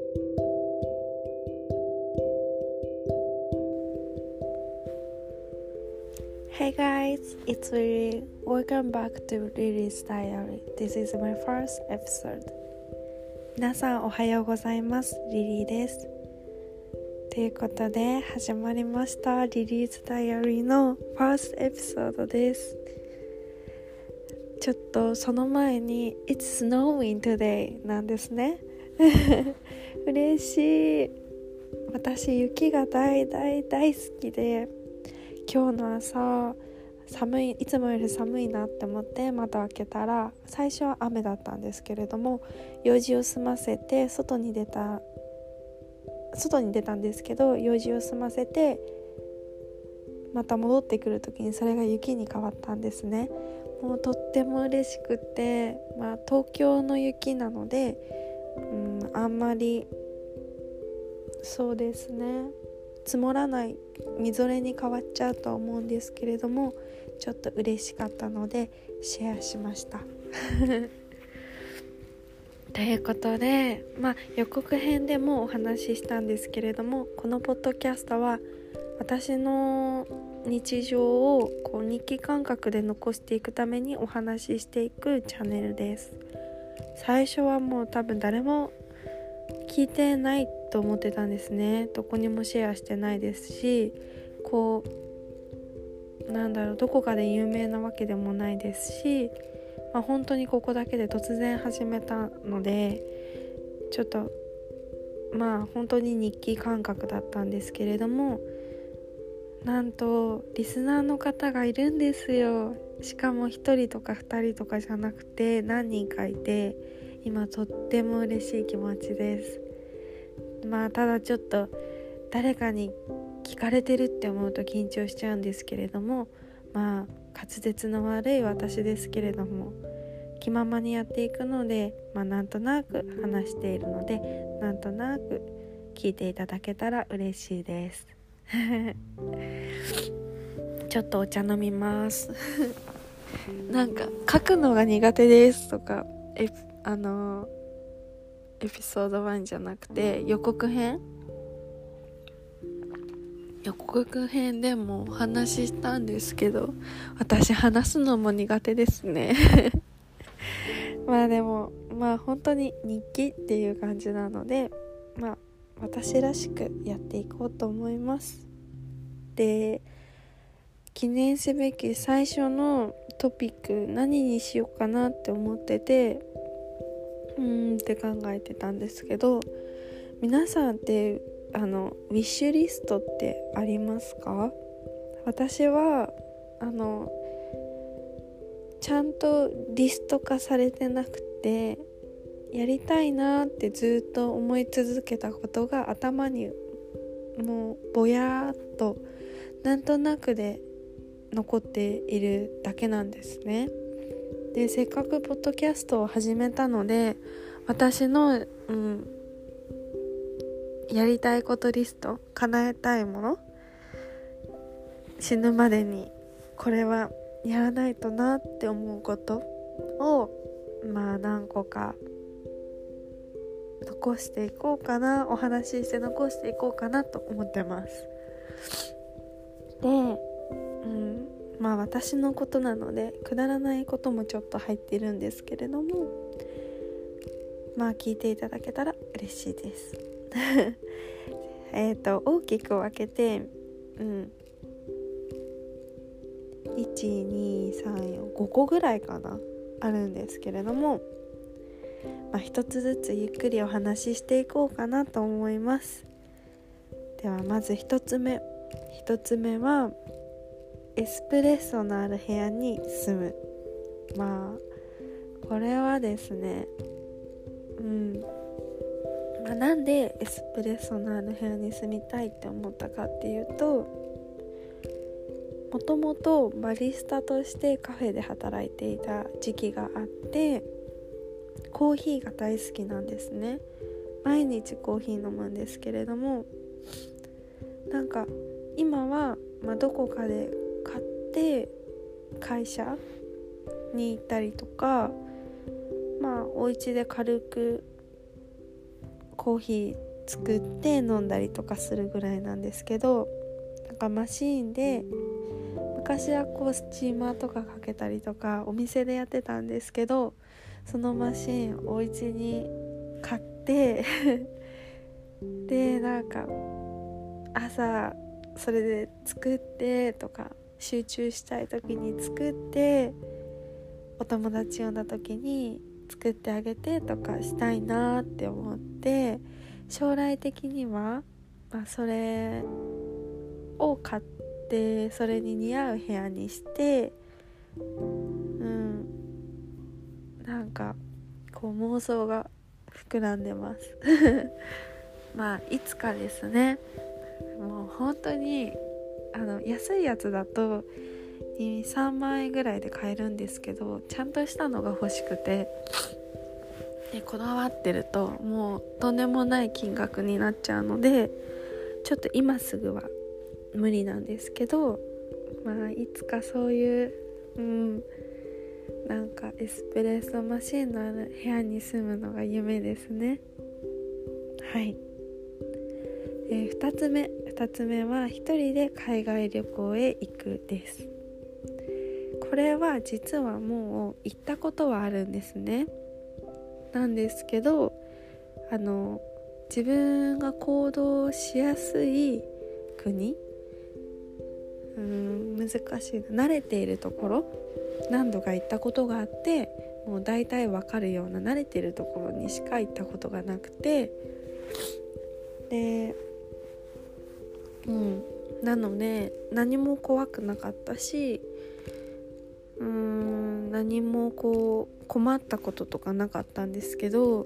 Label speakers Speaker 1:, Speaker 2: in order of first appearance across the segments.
Speaker 1: Hey guys, it's Lily. Welcome back to Lily's Diary. This is my first episode. 皆さんおはようございます。リリーです。ということで始まりました Lily's Diary の first episode です。ちょっとその前に It's snowing today なんですね。嬉しい。私雪が大好きで、今日の朝いつもより寒いなって思って窓開けたら、最初は雨だったんですけれども、用事を済ませて外に出たんですけど、用事を済ませてまた戻ってくる時にそれが雪に変わったんですね。もうとっても嬉しくて、東京の雪なので、あんまりそうですね、積もらない、みぞれに変わっちゃうと思うんですけれども、ちょっと嬉しかったのでシェアしましたということで、予告編でもお話ししたんですけれども、このポッドキャストは私の日常を日記感覚で残していくためにお話ししていくチャンネルです。最初はもう多分誰も聞いてないと思ってたんですね。どこにもシェアしてないですし、どこかで有名なわけでもないですし、本当にここだけで突然始めたので、ちょっと本当に日記感覚だったんですけれども、なんとリスナーの方がいるんですよ。しかも1人とか2人とかじゃなくて何人かいて、今とっても嬉しい気持ちです。ただちょっと誰かに聞かれてるって思うと緊張しちゃうんですけれども、滑舌の悪い私ですけれども気ままにやっていくので、なんとなく話しているので、なんとなく聞いていただけたら嬉しいですちょっとお茶飲みます書くのが苦手ですとかエピソード1じゃなくて予告編でもお話ししたんですけど、私話すのも苦手ですねでも本当に日記っていう感じなので、私らしくやっていこうと思います。で、記念すべき最初のトピック何にしようかなって思っててって考えてたんですけど、皆さんってウィッシュリストってありますか？私はちゃんとリスト化されてなくて、やりたいなってずっと思い続けたことが頭にもうぼやーっとなんとなくで残っているだけなんですね。で、せっかくポッドキャストを始めたので、私の、やりたいことリスト、叶えたいもの、死ぬまでにこれはやらないとなって思うことを何個か残していこうかな、お話しして残していこうかなと思ってます。で、私のことなのでくだらないこともちょっと入っているんですけれども、聞いていただけたら嬉しいです大きく分けて1,2,3,4,5個ぐらいかなあるんですけれども、一つずつゆっくりお話ししていこうかなと思います。ではまず一つ目はエスプレッソのある部屋に住む。これはですね、なんでエスプレッソのある部屋に住みたいって思ったかっていうと、もともとバリスタとしてカフェで働いていた時期があって、コーヒーが大好きなんですね。毎日コーヒー飲むんですけれども、今はどこかで買って会社に行ったりとか、お家で軽くコーヒー作って飲んだりとかするぐらいなんですけど、なんかマシーンで昔はこうスチーマーとかかけたりとかお店でやってたんですけど、そのマシーンお家に買ってでなんか朝それで作ってとか、集中したい時に作って、お友達呼んだ時に作ってあげてとかしたいなって思って、将来的には、それを買ってそれに似合う部屋にして、なんかこう妄想が膨らんでますいつかですね。もう本当に安いやつだと3万円ぐらいで買えるんですけど、ちゃんとしたのが欲しくて、でこだわってるともうとんでもない金額になっちゃうので、ちょっと今すぐは無理なんですけど、いつかそういうなんかエスプレッソマシンのある部屋に住むのが夢ですね。はい。2つ目は一人で海外旅行へ行くです。これは実はもう行ったことはあるんですね。なんですけど自分が行動しやすい国、難しいな、慣れているところ、何度か行ったことがあって、もう大体わかるような慣れているところにしか行ったことがなくて、でなので何も怖くなかったし、何もこう困ったこととかなかったんですけど、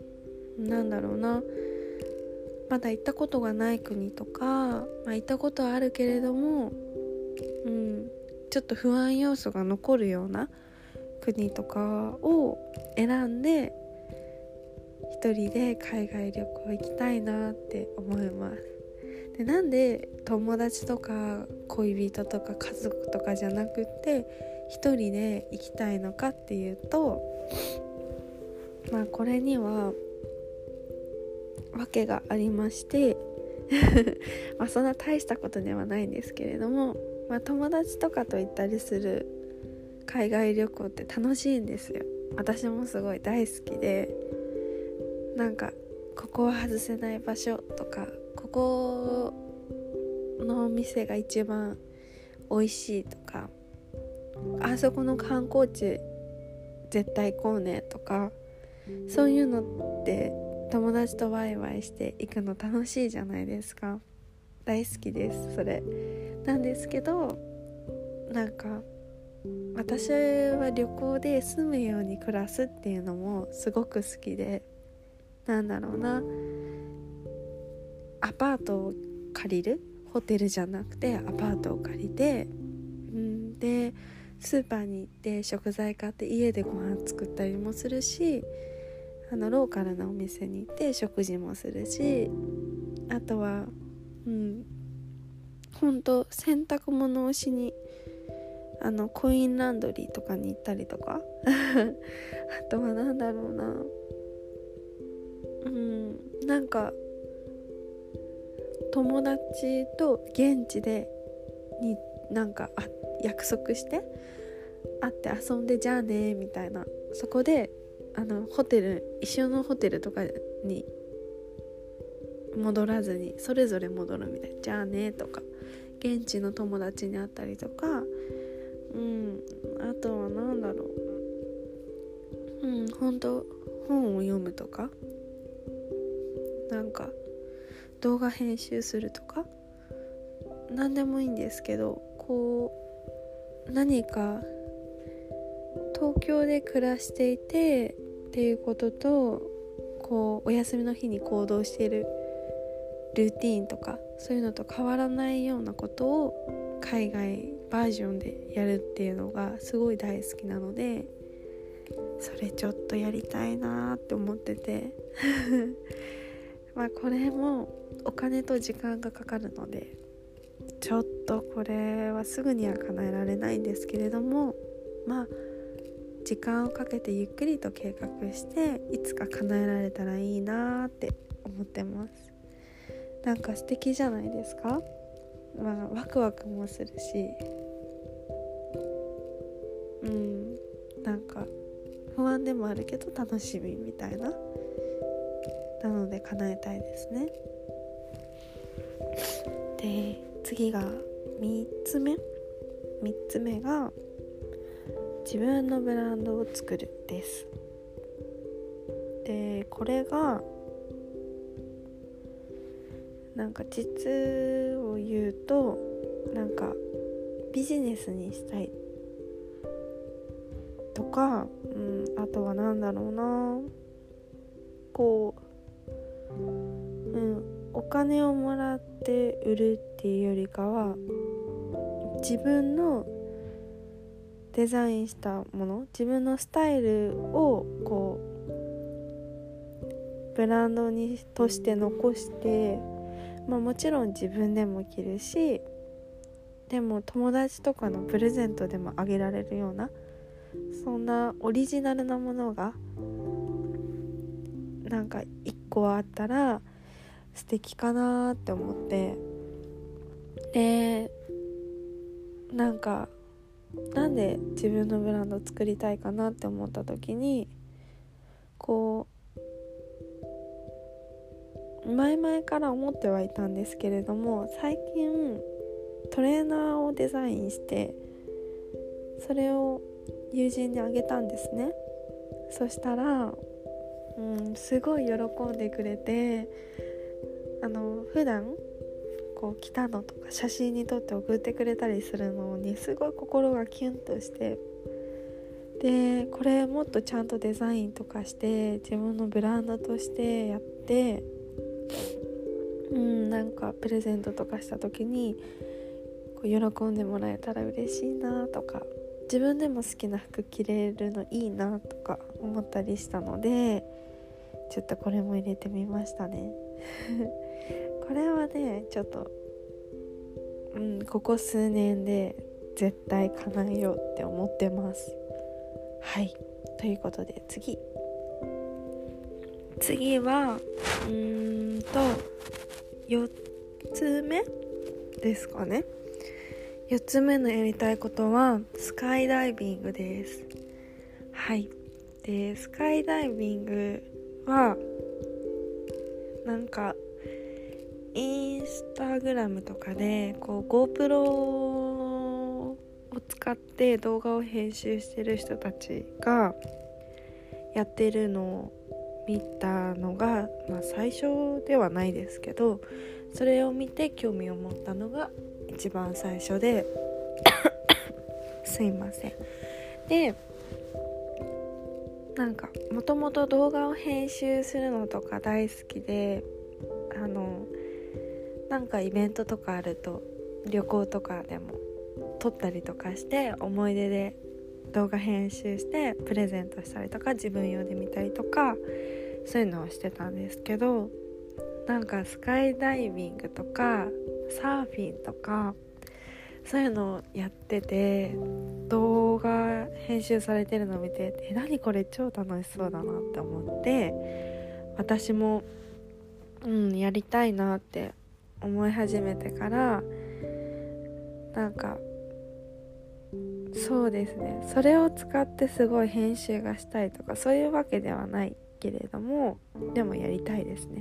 Speaker 1: まだ行ったことがない国とか、行ったことはあるけれども、ちょっと不安要素が残るような国とかを選んで一人で海外旅行行きたいなって思います。でなんで友達とか恋人とか家族とかじゃなくって一人で行きたいのかっていうと、これには訳がありましてそんな大したことではないんですけれども、友達とかと行ったりする海外旅行って楽しいんですよ。私もすごい大好きで、なんかここは外せない場所とか、ここのお店が一番美味しいとか、あそこの観光地絶対行こうねとか、そういうのって友達とワイワイして行くの楽しいじゃないですか。大好きです。それなんですけど、なんか私は旅行で住むように暮らすっていうのもすごく好きで、アパートを借りる、ホテルじゃなくてアパートを借りて、でスーパーに行って食材買って家でご飯作ったりもするし、ローカルなお店に行って食事もするし、あとはほんと洗濯物をしにコインランドリーとかに行ったりとかあとはなんか友達と現地で約束して会って遊んで、じゃあねみたいな、そこで一緒のホテルとかに戻らずにそれぞれ戻るみたいな、じゃあねとか、現地の友達に会ったりとか、あとは本当本を読むとか、なんか動画編集するとか、何でもいいんですけど、こう何か東京で暮らしていてっていうことと、こうお休みの日に行動しているルーティーンとか、そういうのと変わらないようなことを海外バージョンでやるっていうのがすごい大好きなので、それちょっとやりたいなって思っててこれもお金と時間がかかるので、ちょっとこれはすぐには叶えられないんですけれども、時間をかけてゆっくりと計画して、いつか叶えられたらいいなって思ってます。なんか素敵じゃないですか。ワクワクもするし、なんか不安でもあるけど楽しみみたいなので叶えたいですね。で、次が3つ目が自分のブランドを作るです。で、これがなんか実を言うと、なんかビジネスにしたいとか、あとはなんだろうな、お金をもらって売るっていうよりかは、自分のデザインしたもの、自分のスタイルをブランドとして残して、もちろん自分でも着るし、でも友達とかのプレゼントでもあげられるような、そんなオリジナルなものがなんか一個あったら素敵かなって思って、で、なんで自分のブランドを作りたいかなって思った時に、前々から思ってはいたんですけれども、最近トレーナーをデザインしてそれを友人にあげたんですね。そしたら、すごい喜んでくれて、普段着たのとか写真に撮って送ってくれたりするのにすごい心がキュンとして、でこれもっとちゃんとデザインとかして自分のブランドとしてやって、なんかプレゼントとかした時に喜んでもらえたら嬉しいなとか、自分でも好きな服着れるのいいなとか思ったりしたので、ちょっとこれも入れてみましたねこれはね、ちょっとここ数年で絶対叶えようって思ってます。はい、ということで次は4つ目ですかね。4つ目のやりたいことはスカイダイビングです。はい。で、スカイダイビングはなんかインスタグラムとかでGoPro を使って動画を編集してる人たちがやってるのを見たのが、最初ではないですけど、それを見て興味を持ったのが一番最初ですいません。で、もともと動画を編集するのとか大好きで、イベントとかあると旅行とかでも撮ったりとかして思い出で動画編集してプレゼントしたりとか、自分用で見たりとか、そういうのをしてたんですけど、スカイダイビングとかサーフィンとかそういうのをやってて、動画編集されてるのを見て、何これ超楽しそうだなって思って、私もやりたいなって思い始めてから、そうですね、それを使ってすごい編集がしたいとかそういうわけではないけれども、でもやりたいですね。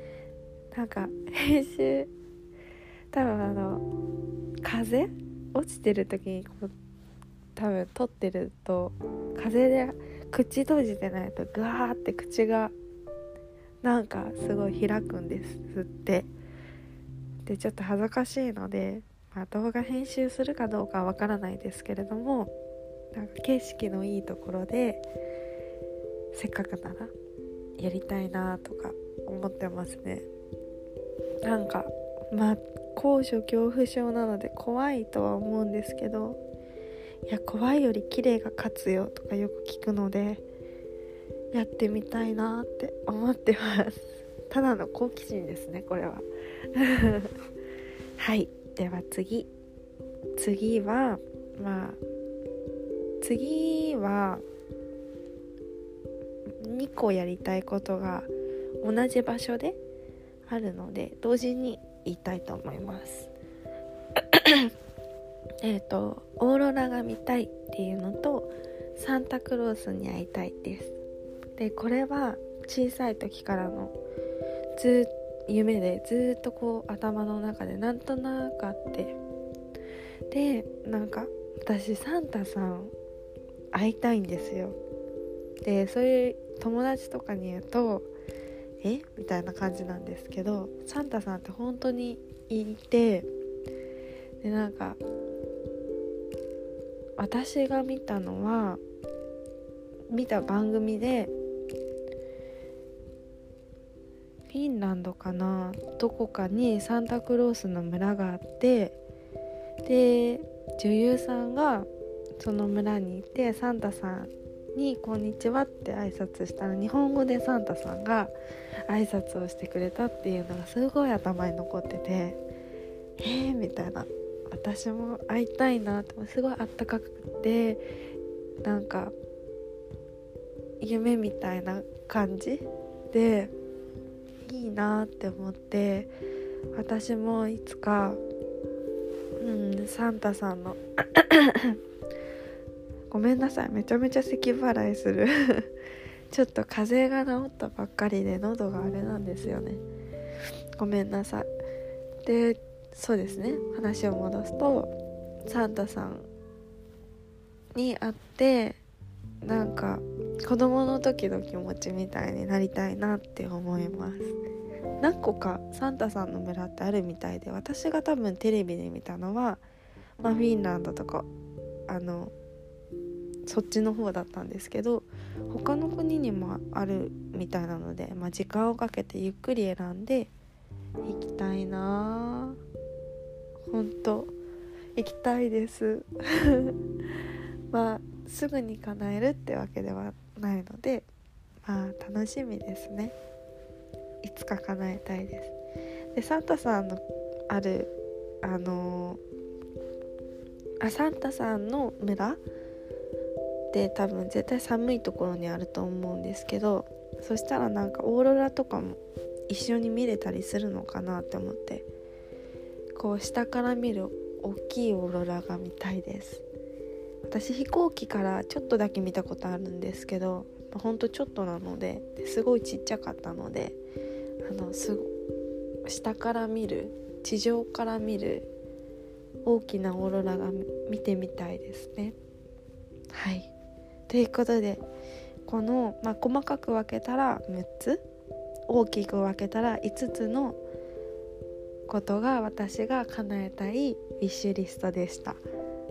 Speaker 1: 編集多分風落ちてる時に多分撮ってると風で口閉じてないとグワーって口がすごい開くんですって。でちょっと恥ずかしいので、動画編集するかどうかはわからないですけれども、景色のいいところでせっかくならやりたいなとか思ってますね。高所恐怖症なので怖いとは思うんですけど、いや怖いより綺麗が勝つよとかよく聞くので、やってみたいなって思ってます。ただの好奇心ですね、これははい、では次は2個やりたいことが同じ場所であるので同時に言いたいと思いますオーロラが見たいっていうのとサンタクロースに会いたいです。でこれは小さい時からの夢でずっとこう頭の中でなんとなくあって、でなんか私サンタさん会いたいんですよ。でそういう友達とかに言うとみたいな感じなんですけど、サンタさんって本当にいて、でなんか私が見た番組でフィンランドかな、どこかにサンタクロースの村があって、で女優さんがその村にいてサンタさんにこんにちはって挨拶したら、日本語でサンタさんが挨拶をしてくれたっていうのがすごい頭に残ってて、みたいな、私も会いたいなって、すごいあったかくてなんか夢みたいな感じでいいなって思って、私もいつか、サンタさんのごめんなさい、めちゃめちゃ咳払いするちょっと風邪が治ったばっかりで喉があれなんですよね、ごめんなさい。でそうですね、話を戻すとサンタさんに会ってなんか子供の時の気持ちみたいになりたいなって思います。何個かサンタさんの村ってあるみたいで、私が多分テレビで見たのは、フィンランドとかそっちの方だったんですけど、他の国にもあるみたいなので、時間をかけてゆっくり選んで行きたいな。ほんと行きたいですすぐに叶えるってわけではないので、楽しみですね。いつか叶えたいです。でサンタさんのあるサンタさんの村って多分絶対寒いところにあると思うんですけど、そしたらなんかオーロラとかも一緒に見れたりするのかなって思って、こう下から見る大きいオーロラが見たいです。私飛行機からちょっとだけ見たことあるんですけど、ほんとちょっとなのですごいちっちゃかったので、下から見る、地上から見る大きなオーロラが見てみたいですね。はい、ということでこの、細かく分けたら6つ、大きく分けたら5つのことが私が叶えたいウィッシュリストでした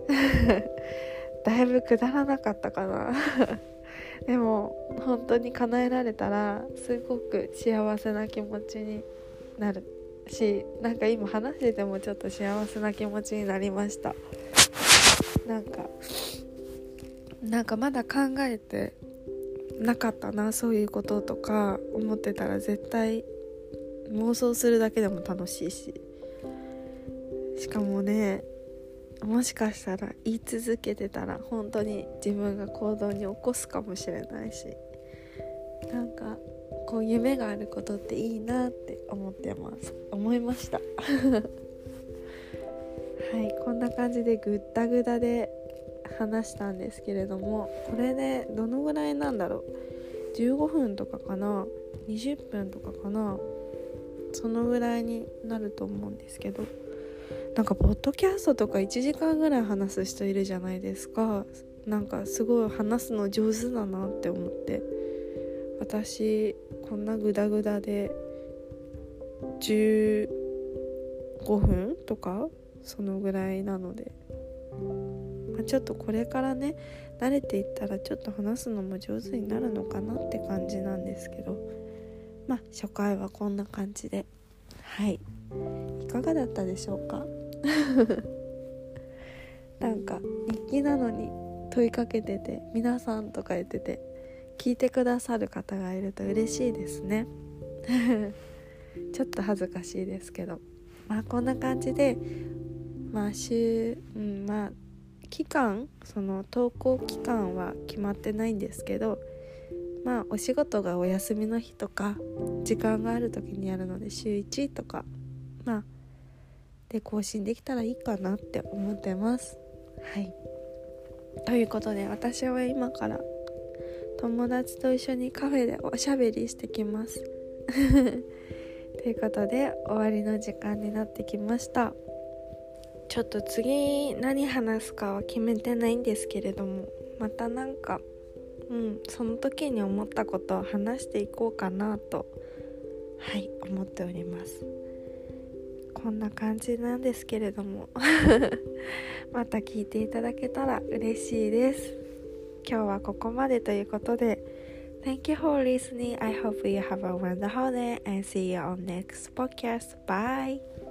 Speaker 1: だいぶくだらなかったかなでも本当に叶えられたらすごく幸せな気持ちになるし、なんか今話しててもちょっと幸せな気持ちになりました。なんかまだ考えてなかったな、そういうこととか思ってたら絶対妄想するだけでも楽しいしかもね、もしかしたら言い続けてたら本当に自分が行動に起こすかもしれないし、なんかこう夢があることっていいなって思いましたはい、こんな感じでぐったぐだで話したんですけれども、これでどのぐらいなんだろう、15分とかかな、20分とかかな、そのぐらいになると思うんですけど、なんかポッドキャストとか1時間ぐらい話す人いるじゃないですか。なんかすごい話すの上手だなって思って、私こんなグダグダで15分とかそのぐらいなので、ちょっとこれからね慣れていったらちょっと話すのも上手になるのかなって感じなんですけど、初回はこんな感じで、はい、いかがだったでしょうかなんか日記なのに問いかけてて皆さんとか言ってて聞いてくださる方がいると嬉しいですねちょっと恥ずかしいですけど、こんな感じで期間、その投稿期間は決まってないんですけど、 お仕事がお休みの日とか時間がある時にやるので週1とかで更新できたらいいかなって思ってます。はい、ということで私は今から友達と一緒にカフェでおしゃべりしてきますということで終わりの時間になってきました。ちょっと次何話すかは決めてないんですけれども、またその時に思ったことを話していこうかなと思っております。こんな感じなんですけれどもまた聞いていただけたら嬉しいです。今日はここまでということで Thank you for listening. I hope you have a wonderful day and see you on next podcast. Bye!